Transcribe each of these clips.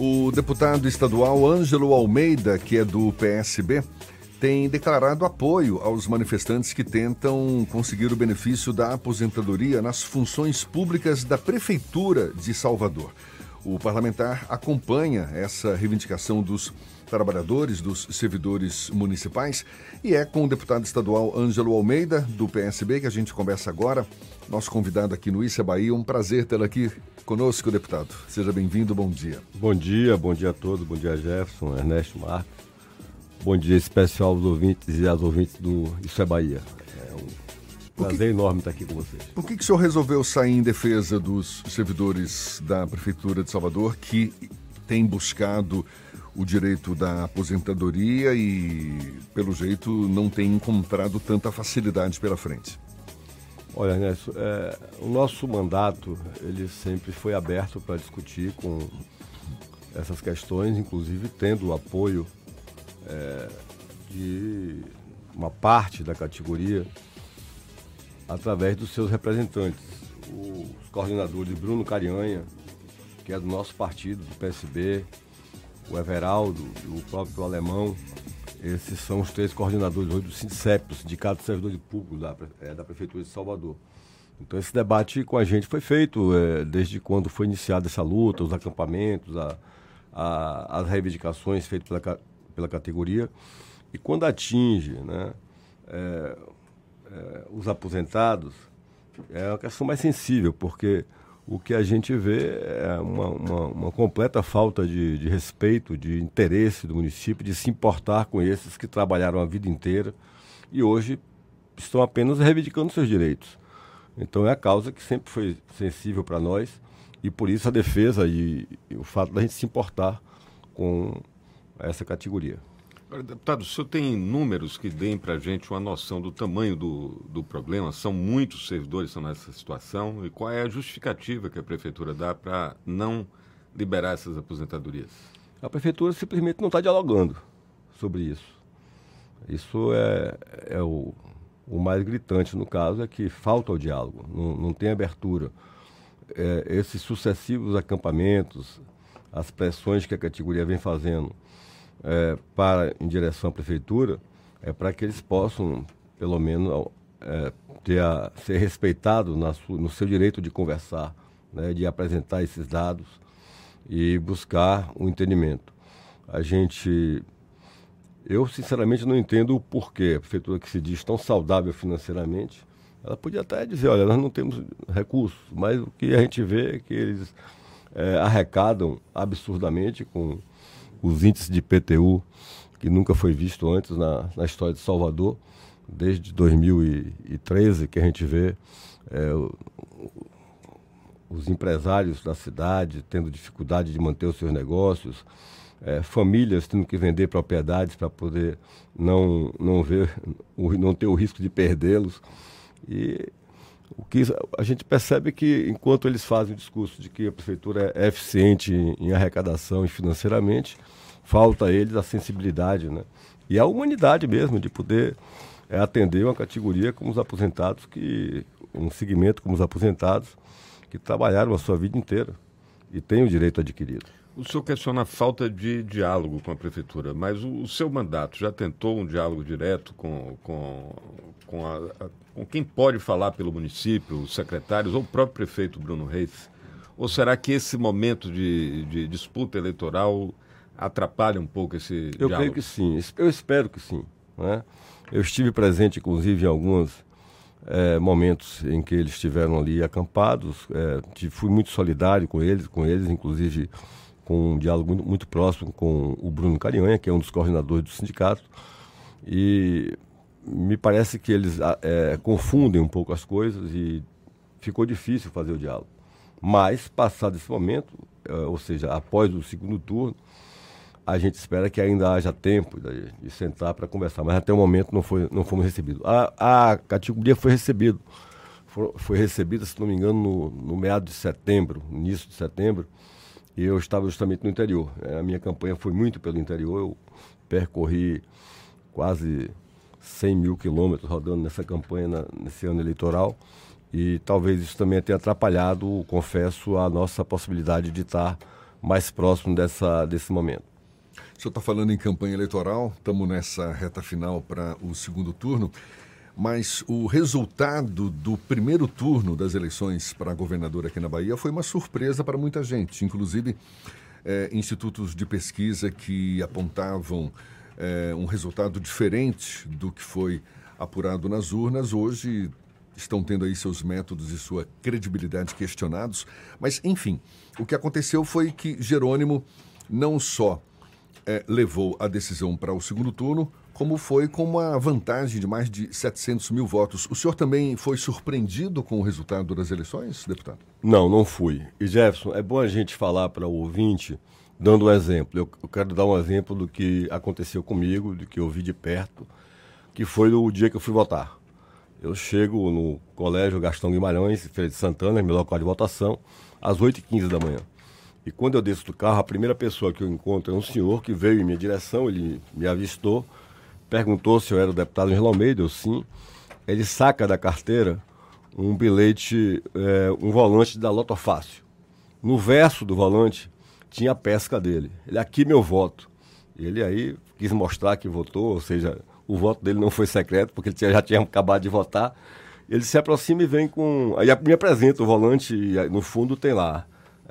O deputado estadual Ângelo Almeida, que é do PSB, tem declarado apoio aos manifestantes que tentam conseguir o benefício da aposentadoria nas funções públicas da Prefeitura de Salvador. O parlamentar acompanha essa reivindicação dos trabalhadores, dos servidores municipais, e é com o deputado estadual Ângelo Almeida, do PSB, que a gente conversa agora. Nosso convidado aqui no Issa Bahia. Um prazer tê-lo aqui conosco, deputado. Seja bem-vindo, bom dia. Bom dia a todos, bom dia Jefferson, Ernesto Marcos. Bom dia especial aos ouvintes e às ouvintes do Issa Bahia. É um prazer enorme estar aqui com vocês. Por que o senhor resolveu sair em defesa dos servidores da Prefeitura de Salvador que têm buscado o direito da aposentadoria e, pelo jeito, não têm encontrado tanta facilidade pela frente? Olha, Ernesto, o nosso mandato ele sempre foi aberto para discutir com essas questões, inclusive tendo o apoio de uma parte da categoria através dos seus representantes. Os coordenadores Bruno Carianha, que é do nosso partido, do PSB, o Everaldo e o próprio Alemão. Esses são os três coordenadores hoje do SINDICEP, o Sindicato de Servidores Públicos da Prefeitura de Salvador. Então esse debate com a gente foi feito desde quando foi iniciada essa luta, os acampamentos, as reivindicações feitas pela categoria. E quando atinge, né, os aposentados, é uma questão mais sensível, porque o que a gente vê é uma completa falta de respeito, de interesse do município, de se importar com esses que trabalharam a vida inteira e hoje estão apenas reivindicando seus direitos. Então é a causa que sempre foi sensível para nós e por isso a defesa e o fato da gente se importar com essa categoria. Deputado, o senhor tem números que deem para a gente uma noção do tamanho do problema? São muitos servidores que estão nessa situação? E qual é a justificativa que a Prefeitura dá para não liberar essas aposentadorias? A Prefeitura simplesmente não está dialogando sobre isso. Isso é o mais gritante no caso, é que falta o diálogo, não tem abertura. Esses sucessivos acampamentos, as pressões que a categoria vem fazendo em direção à Prefeitura, para que eles possam, pelo menos, ser respeitados no seu direito de conversar, né, de apresentar esses dados e buscar o entendimento. Eu, sinceramente, não entendo o porquê a Prefeitura, que se diz tão saudável financeiramente, ela podia até dizer, olha, nós não temos recursos, mas o que a gente vê é que eles arrecadam absurdamente com os índices de IPTU, que nunca foi visto antes na história de Salvador, desde 2013, que a gente vê os empresários da cidade tendo dificuldade de manter os seus negócios, famílias tendo que vender propriedades para poder não ter o risco de perdê-los. E o que a gente percebe é que, enquanto eles fazem o discurso de que a Prefeitura é eficiente em arrecadação e financeiramente, falta a eles a sensibilidade, né, e a humanidade mesmo de poder atender uma categoria como os aposentados, um segmento como os aposentados, que trabalharam a sua vida inteira e têm o direito adquirido. O senhor questiona a falta de diálogo com a Prefeitura, mas o seu mandato já tentou um diálogo direto com quem pode falar pelo município, os secretários ou o próprio prefeito Bruno Reis? Ou será que esse momento de disputa eleitoral atrapalha um pouco esse diálogo? Eu creio que sim, eu espero que sim, né? Eu estive presente, inclusive, em alguns momentos em que eles estiveram ali acampados, fui muito solidário com eles, inclusive com um diálogo muito, muito próximo com o Bruno Carianha, que é um dos coordenadores do sindicato, e me parece que eles confundem um pouco as coisas e ficou difícil fazer o diálogo. Mas, passado esse momento, ou seja, após o segundo turno, a gente espera que ainda haja tempo de sentar para conversar, mas até o momento não fomos recebidos. A categoria foi recebida, se não me engano, no meado de setembro, início de setembro, e eu estava justamente no interior. A minha campanha foi muito pelo interior, eu percorri quase 100 mil quilômetros rodando nessa campanha, nesse ano eleitoral, e talvez isso também tenha atrapalhado, confesso, a nossa possibilidade de estar mais próximo desse momento. O senhor está falando em campanha eleitoral, estamos nessa reta final para o segundo turno, mas o resultado do primeiro turno das eleições para governador aqui na Bahia foi uma surpresa para muita gente, inclusive institutos de pesquisa que apontavam um resultado diferente do que foi apurado nas urnas, hoje estão tendo aí seus métodos e sua credibilidade questionados. Mas, enfim, o que aconteceu foi que Jerônimo não só levou a decisão para o segundo turno, como foi com uma vantagem de mais de 700 mil votos. O senhor também foi surpreendido com o resultado das eleições, deputado? Não fui. E, Jefferson, é bom a gente falar para o ouvinte, dando um exemplo. Eu quero dar um exemplo do que aconteceu comigo, do que eu vi de perto, que foi o dia que eu fui votar. Eu chego no Colégio Gastão Guimarães, Feira de Santana, meu local de votação, às 8h15 da manhã. E quando eu desço do carro, a primeira pessoa que eu encontro é um senhor que veio em minha direção, ele me avistou, perguntou se eu era o deputado Ângelo Almeida, eu sim. Ele saca da carteira um bilhete, um volante da Loto Fácil. No verso do volante tinha a pesca dele. Ele, aqui meu voto. Ele aí quis mostrar que votou, ou seja, o voto dele não foi secreto, porque ele já tinha acabado de votar. Ele se aproxima e vem com... Aí me apresenta o volante e no fundo tem lá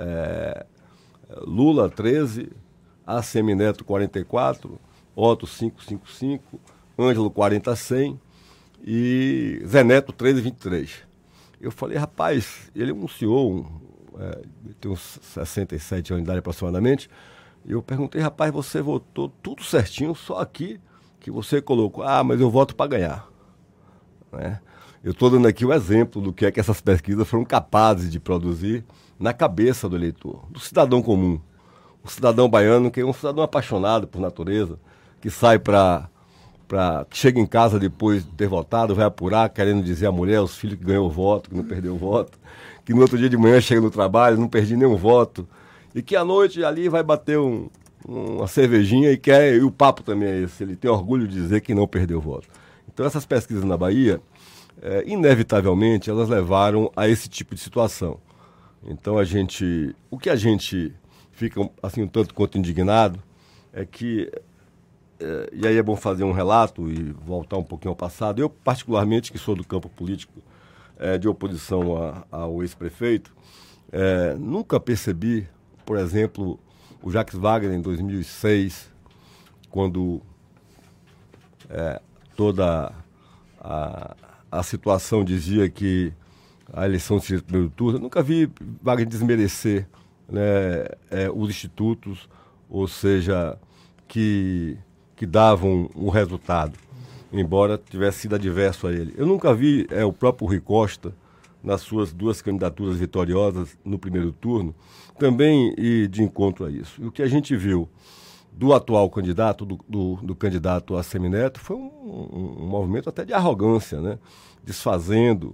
Lula 13, Assemineto 44, Otto 555, Ângelo 40-100 e Zé Neto 1323. Eu falei, rapaz, ele é um senhor, tem uns 67 anos de idade aproximadamente. E eu perguntei, rapaz, você votou tudo certinho, só aqui que você colocou, mas eu voto para ganhar. Né? Eu estou dando aqui o exemplo do que é que essas pesquisas foram capazes de produzir na cabeça do eleitor, do cidadão comum. O cidadão baiano, que é um cidadão apaixonado por natureza, que sai que chega em casa depois de ter votado, vai apurar, querendo dizer à mulher, aos filhos que ganhou o voto, que não perdeu o voto, que no outro dia de manhã chega no trabalho, não perdi nenhum voto, e que à noite ali vai bater uma cervejinha e o papo também é esse, ele tem orgulho de dizer que não perdeu o voto. Então essas pesquisas na Bahia, inevitavelmente, elas levaram a esse tipo de situação. Então o que a gente fica assim um tanto quanto indignado é que, e aí é bom fazer um relato e voltar um pouquinho ao passado, eu particularmente que sou do campo político de oposição ao ex-prefeito, nunca percebi, por exemplo, o Jacques Wagner em 2006, quando toda a situação dizia que a eleição seria do primeiro turno, eu nunca vi Wagner desmerecer, né, os institutos, ou seja, que davam um resultado, embora tivesse sido adverso a ele. Eu nunca vi o próprio Rui Costa, nas suas 2 candidaturas vitoriosas no primeiro turno, também ir de encontro a isso. E o que a gente viu do atual candidato, do candidato Assemineto, foi um movimento até de arrogância, né? Desfazendo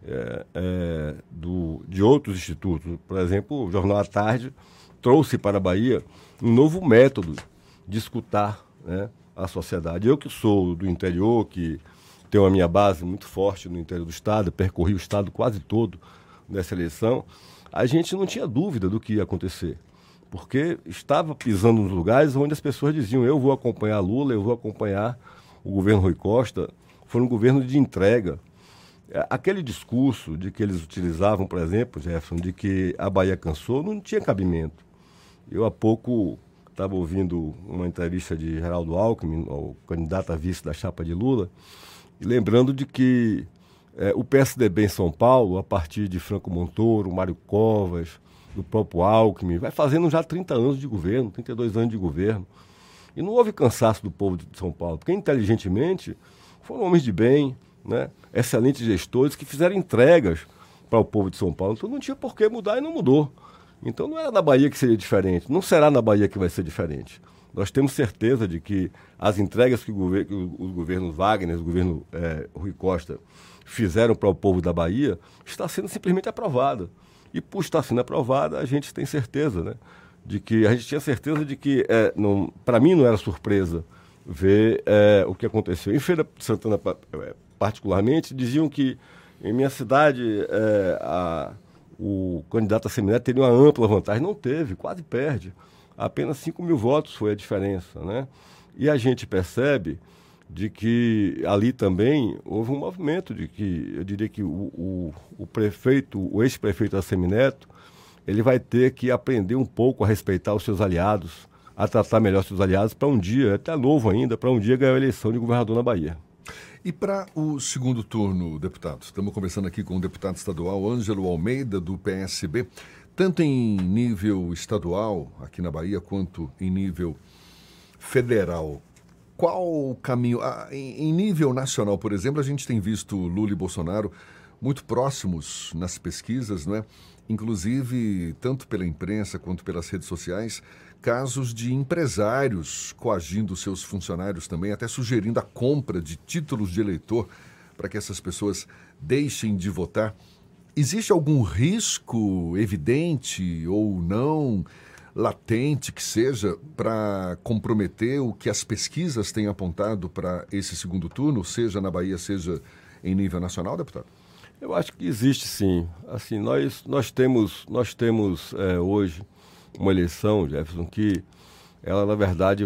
de outros institutos. Por exemplo, o Jornal à Tarde trouxe para a Bahia um novo método de escutar, né, a sociedade. Eu que sou do interior, que tenho a minha base muito forte no interior do estado, percorri o estado quase todo nessa eleição, a gente não tinha dúvida do que ia acontecer, porque estava pisando nos lugares onde as pessoas diziam, eu vou acompanhar Lula, eu vou acompanhar o governo Rui Costa. Foi um governo de entrega. Aquele discurso de que eles utilizavam, por exemplo, Jefferson, de que a Bahia cansou, não tinha cabimento. Eu há pouco estava ouvindo uma entrevista de Geraldo Alckmin, o candidato a vice da chapa de Lula, e lembrando de que o PSDB em São Paulo, a partir de Franco Montoro, Mário Covas, do próprio Alckmin, vai fazendo já 30 anos de governo, 32 anos de governo. E não houve cansaço do povo de São Paulo, porque inteligentemente foram homens de bem, né, excelentes gestores que fizeram entregas para o povo de São Paulo. Então não tinha por que mudar e não mudou. Então não era na Bahia que seria diferente, não será na Bahia que vai ser diferente. Nós temos certeza de que as entregas que os governos Wagner, o governo Rui Costa fizeram para o povo da Bahia, está sendo simplesmente aprovada. E por estar sendo aprovada, a gente tem certeza, né, de que a gente tinha certeza de que, para mim não era surpresa ver o que aconteceu. Em Feira de Santana, particularmente, diziam que em minha cidade o candidato a semineto teria uma ampla vantagem. Não teve, quase perde. Apenas 5 mil votos foi a diferença, né? E a gente percebe de que ali também houve um movimento de que, eu diria que o ex-prefeito Assemineto, ele vai ter que aprender um pouco a respeitar os seus aliados, a tratar melhor seus aliados para um dia, até novo ainda, para um dia ganhar a eleição de governador na Bahia. E para o segundo turno, deputado? Estamos conversando aqui com o deputado estadual Ângelo Almeida, do PSB, tanto em nível estadual, aqui na Bahia, quanto em nível federal. Qual o caminho? Em nível nacional, por exemplo, a gente tem visto Lula e Bolsonaro muito próximos nas pesquisas, não é? Inclusive, tanto pela imprensa quanto pelas redes sociais, casos de empresários coagindo seus funcionários também, até sugerindo a compra de títulos de eleitor para que essas pessoas deixem de votar. Existe algum risco evidente ou não, latente que seja, para comprometer o que as pesquisas têm apontado para esse segundo turno, seja na Bahia, seja em nível nacional, deputado? Eu acho que existe, sim. Assim, nós temos hoje uma eleição, Jefferson, que ela, na verdade,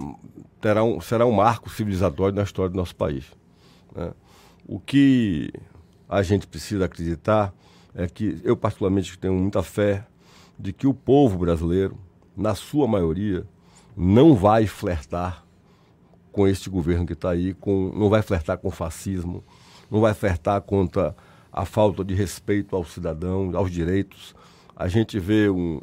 será um marco civilizatório na história do nosso país, né? O que a gente precisa acreditar é que, eu particularmente tenho muita fé de que o povo brasileiro, na sua maioria, não vai flertar com este governo que está aí, não vai flertar com o fascismo, não vai flertar contra a falta de respeito ao cidadão, aos direitos. A gente vê um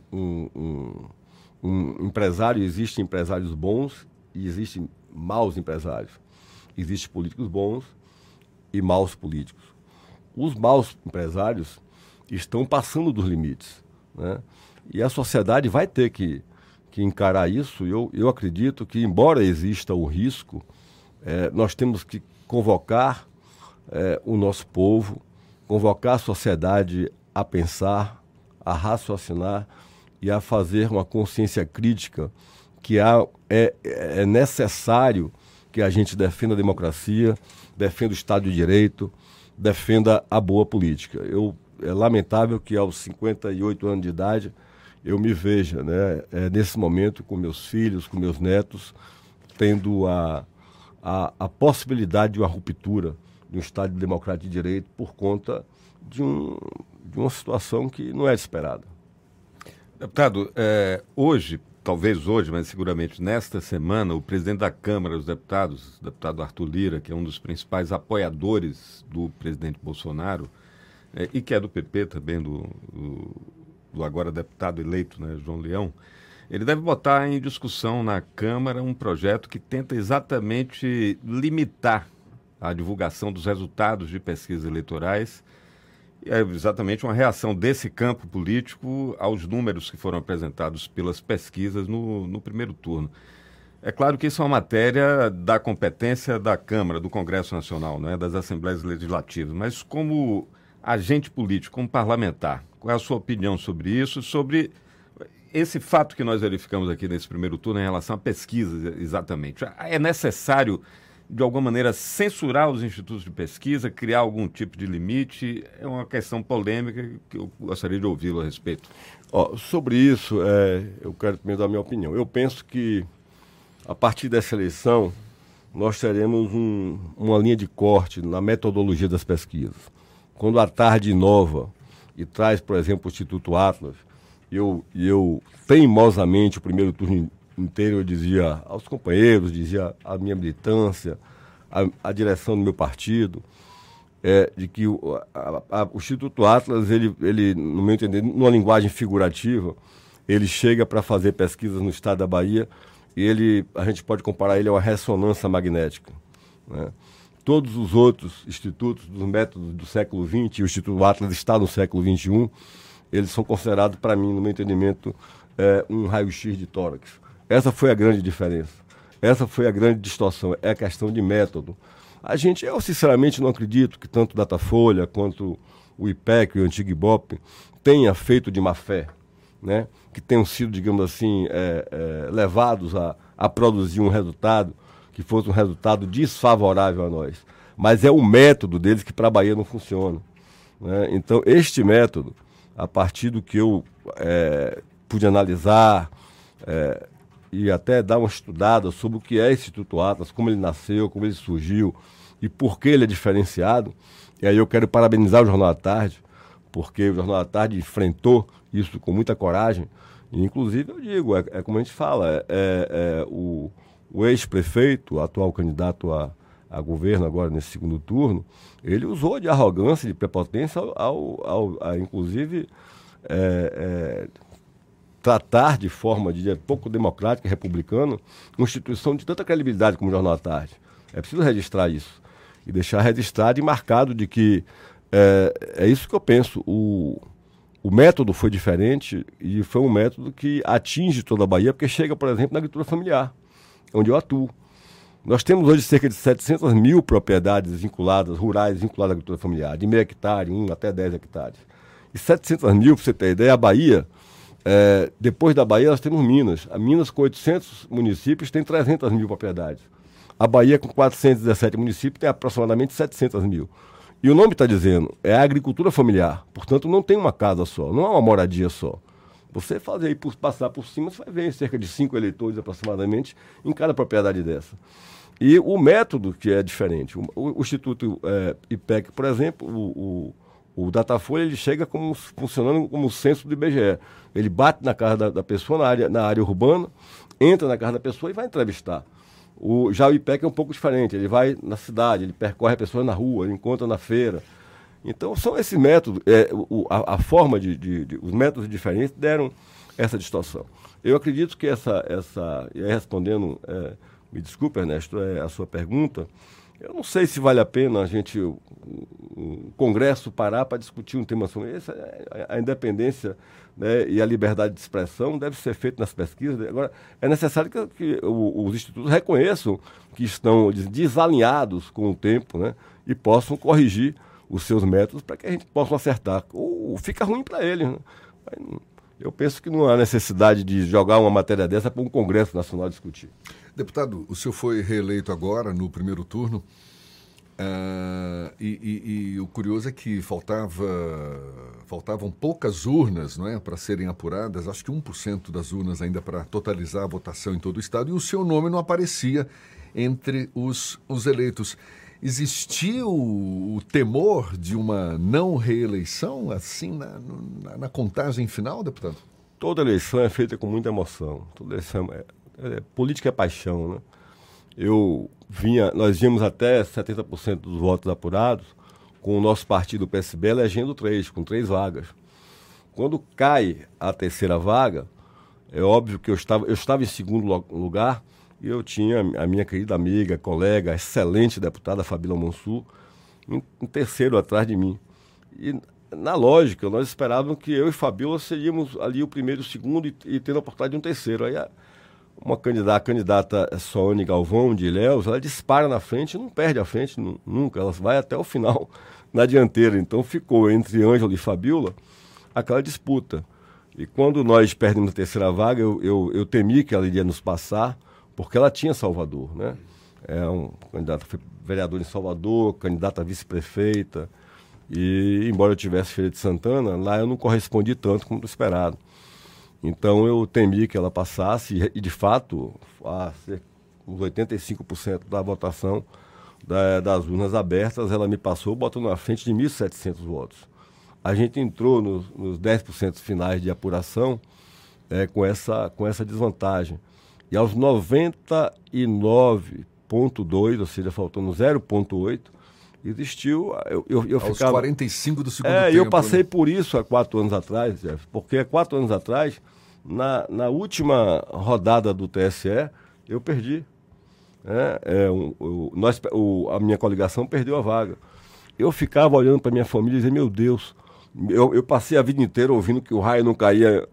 empresário, existem empresários bons e existem maus empresários. Existem políticos bons e maus políticos. Os maus empresários estão passando dos limites, né? E a sociedade vai ter que encarar isso. Eu acredito que, embora exista o risco, nós temos que convocar o nosso povo, convocar a sociedade a pensar, a raciocinar e a fazer uma consciência crítica que é necessário que a gente defenda a democracia, defenda o Estado de Direito, defenda a boa política. É lamentável que aos 58 anos de idade eu me veja, né, nesse momento com meus filhos, com meus netos, tendo a possibilidade de uma ruptura de um Estado democrático de direito por conta de uma situação que não é esperada. Deputado, hoje, talvez hoje, mas seguramente nesta semana, o presidente da Câmara dos Deputados, o deputado Arthur Lira, que é um dos principais apoiadores do presidente Bolsonaro, e que é do PP também, do agora deputado eleito, né, João Leão, ele deve botar em discussão na Câmara um projeto que tenta exatamente limitar a divulgação dos resultados de pesquisas eleitorais. É exatamente uma reação desse campo político aos números que foram apresentados pelas pesquisas no primeiro turno. É claro que isso é uma matéria da competência da Câmara, do Congresso Nacional, né, das Assembleias Legislativas, mas como agente político, como parlamentar, qual é a sua opinião sobre isso, sobre esse fato que nós verificamos aqui nesse primeiro turno em relação à pesquisa, exatamente? É necessário, de alguma maneira, censurar os institutos de pesquisa, criar algum tipo de limite? É uma questão polêmica que eu gostaria de ouvi-lo a respeito. Sobre isso, eu quero primeiro dar a minha opinião. Eu penso que, a partir dessa eleição, nós teremos uma linha de corte na metodologia das pesquisas. Quando a Tarde inova e traz, por exemplo, o Instituto Atlas, eu teimosamente, o primeiro turno inteiro, eu dizia aos companheiros, dizia à minha militância, à direção do meu partido, de que o Instituto Atlas, ele, no meu entender, numa linguagem figurativa, ele chega para fazer pesquisas no estado da Bahia e a gente pode comparar ele a uma ressonância magnética, né? Todos os outros institutos dos métodos do século XX, e o Instituto Atlas está no século XXI, eles são considerados, para mim, no meu entendimento, um raio-x de tórax. Essa foi a grande diferença. Essa foi a grande distorção. É a questão de método. Eu sinceramente não acredito que tanto o Datafolha quanto o IPEC, o antigo Ibope, tenha feito de má fé, né? Que tenham sido, digamos assim, levados a produzir um resultado que fosse um resultado desfavorável a nós. Mas é o método deles que para a Bahia não funciona, né? Então, este método, a partir do que eu pude analisar e até dar uma estudada sobre o que é Instituto Atlas, como ele nasceu, como ele surgiu e por que ele é diferenciado. E aí eu quero parabenizar o Jornal à Tarde, porque o Jornal à Tarde enfrentou isso com muita coragem. E, inclusive, eu digo, como a gente fala, o ex-prefeito, o atual candidato a governo agora nesse segundo turno, ele usou de arrogância, de prepotência, inclusive, tratar de forma pouco democrática e republicana uma instituição de tanta credibilidade como o Jornal à Tarde. É preciso registrar isso. E deixar registrado e marcado de que é isso que eu penso. O método foi diferente e foi um método que atinge toda a Bahia, porque chega, por exemplo, na agricultura familiar, onde eu atuo. Nós temos hoje cerca de 700 mil propriedades vinculadas, rurais vinculadas à agricultura familiar, de meio hectare, 1 até 10 hectares. E 700 mil, para você ter ideia, a Bahia, depois da Bahia nós temos Minas. A Minas, com 800 municípios, tem 300 mil propriedades. A Bahia, com 417 municípios, tem aproximadamente 700 mil. E o nome está dizendo, é a agricultura familiar. Portanto, não tem uma casa só, não é uma moradia só. Você fazer aí, passar por cima, você vai ver cerca de 5 eleitores aproximadamente em cada propriedade dessa. E o método que é diferente. O Instituto IPEC, por exemplo, o Datafolha, ele chega funcionando como o censo do IBGE. Ele bate na casa da pessoa, na área urbana, entra na casa da pessoa e vai entrevistar. Já o IPEC é um pouco diferente, ele vai na cidade, ele percorre a pessoa na rua, ele encontra na feira. Então, são esses métodos, a forma os métodos diferentes deram essa distorção. Eu acredito que respondendo, me desculpe, Ernesto, a sua pergunta, eu não sei se vale a pena o Congresso parar para discutir um tema como esse. A independência, né, e a liberdade de expressão deve ser feita nas pesquisas. Agora, é necessário que os institutos reconheçam que estão desalinhados com o tempo, né, e possam corrigir os seus métodos para que a gente possa acertar. Fica ruim para eles, né? Eu penso que não há necessidade de jogar uma matéria dessa para um Congresso Nacional discutir. Deputado, o senhor foi reeleito agora, no primeiro turno, e o curioso é que faltavam poucas urnas, não é, para serem apuradas, acho que 1% das urnas ainda para totalizar a votação em todo o estado, e o seu nome não aparecia entre os eleitos. Existiu o temor de uma não reeleição, assim, na contagem final, deputado? Toda eleição é feita com muita emoção. Toda eleição política é paixão, né? Nós vínhamos até 70% dos votos apurados, com o nosso partido, o PSB, elegendo com 3 vagas. Quando cai a terceira vaga, é óbvio que eu estava em segundo lugar, e eu tinha a minha querida amiga, colega, excelente deputada, Fabíola Mansur, em terceiro atrás de mim. E, na lógica, nós esperávamos que eu e Fabíola seríamos ali o primeiro e o segundo e tendo a oportunidade de um terceiro. Aí a candidata Soane Galvão, de Ilhéus, ela dispara na frente e não perde a frente nunca. Ela vai até o final na dianteira. Então ficou entre Ângelo e Fabíola aquela disputa. E quando nós perdemos a terceira vaga, eu temi que ela iria nos passar, porque ela tinha Salvador, né? Candidata foi vereadora em Salvador, candidata a vice-prefeita, e embora eu tivesse Feira de Santana, lá eu não correspondi tanto como esperado. Então eu temi que ela passasse, e de fato, uns 85% da votação das urnas abertas, ela me passou botando na frente de 1.700 votos. A gente entrou nos 10% finais de apuração com essa desvantagem. E aos 99,2, ou seja, faltando 0,8, existiu... Eu aos ficava, 45 do segundo tempo. E eu passei por isso há 4 anos atrás, Jeff, porque há 4 anos atrás, na última rodada do TSE, eu perdi. A minha coligação perdeu a vaga. Eu ficava olhando para minha família e dizia, meu Deus... Eu passei a vida inteira ouvindo que o raio não caía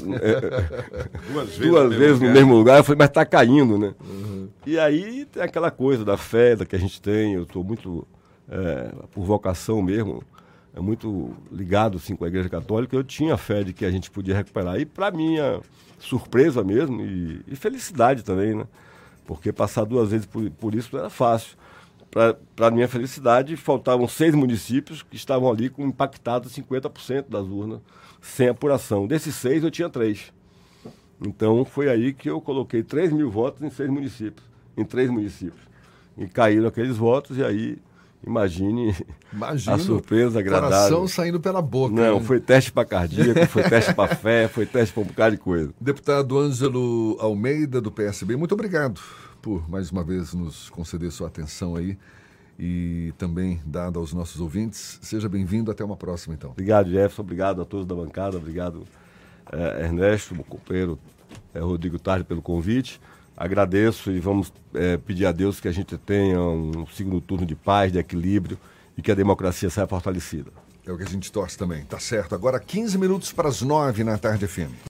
duas vezes no mesmo lugar. Eu falei, mas está caindo, né? Uhum. E aí tem aquela coisa da fé que a gente tem. Eu estou muito, por vocação mesmo, muito ligado assim, com a Igreja Católica. Eu tinha fé de que a gente podia recuperar. E para minha surpresa mesmo, e felicidade também, né? Porque passar 2 vezes por isso não era fácil. Para minha felicidade, faltavam 6 municípios que estavam ali com impactados 50% das urnas sem apuração. Desses 6, eu tinha 3. Então, foi aí que eu coloquei 3 mil votos em 3 municípios. E caíram aqueles votos, e aí, imagine a surpresa agradável. Coração saindo pela boca. Não, né? foi teste para cardíaco, foi teste para fé, foi teste para um bocado de coisa. Deputado Ângelo Almeida, do PSB, muito obrigado por, mais uma vez, nos conceder sua atenção aí e também dada aos nossos ouvintes. Seja bem-vindo, até uma próxima, então. Obrigado, Jefferson, obrigado a todos da bancada, obrigado, Ernesto, meu companheiro, Rodrigo Tarde, pelo convite. Agradeço e vamos pedir a Deus que a gente tenha um segundo turno de paz, de equilíbrio e que a democracia saia fortalecida. É o que a gente torce também, tá certo. Agora 15 minutos para as 9 na tarde FM.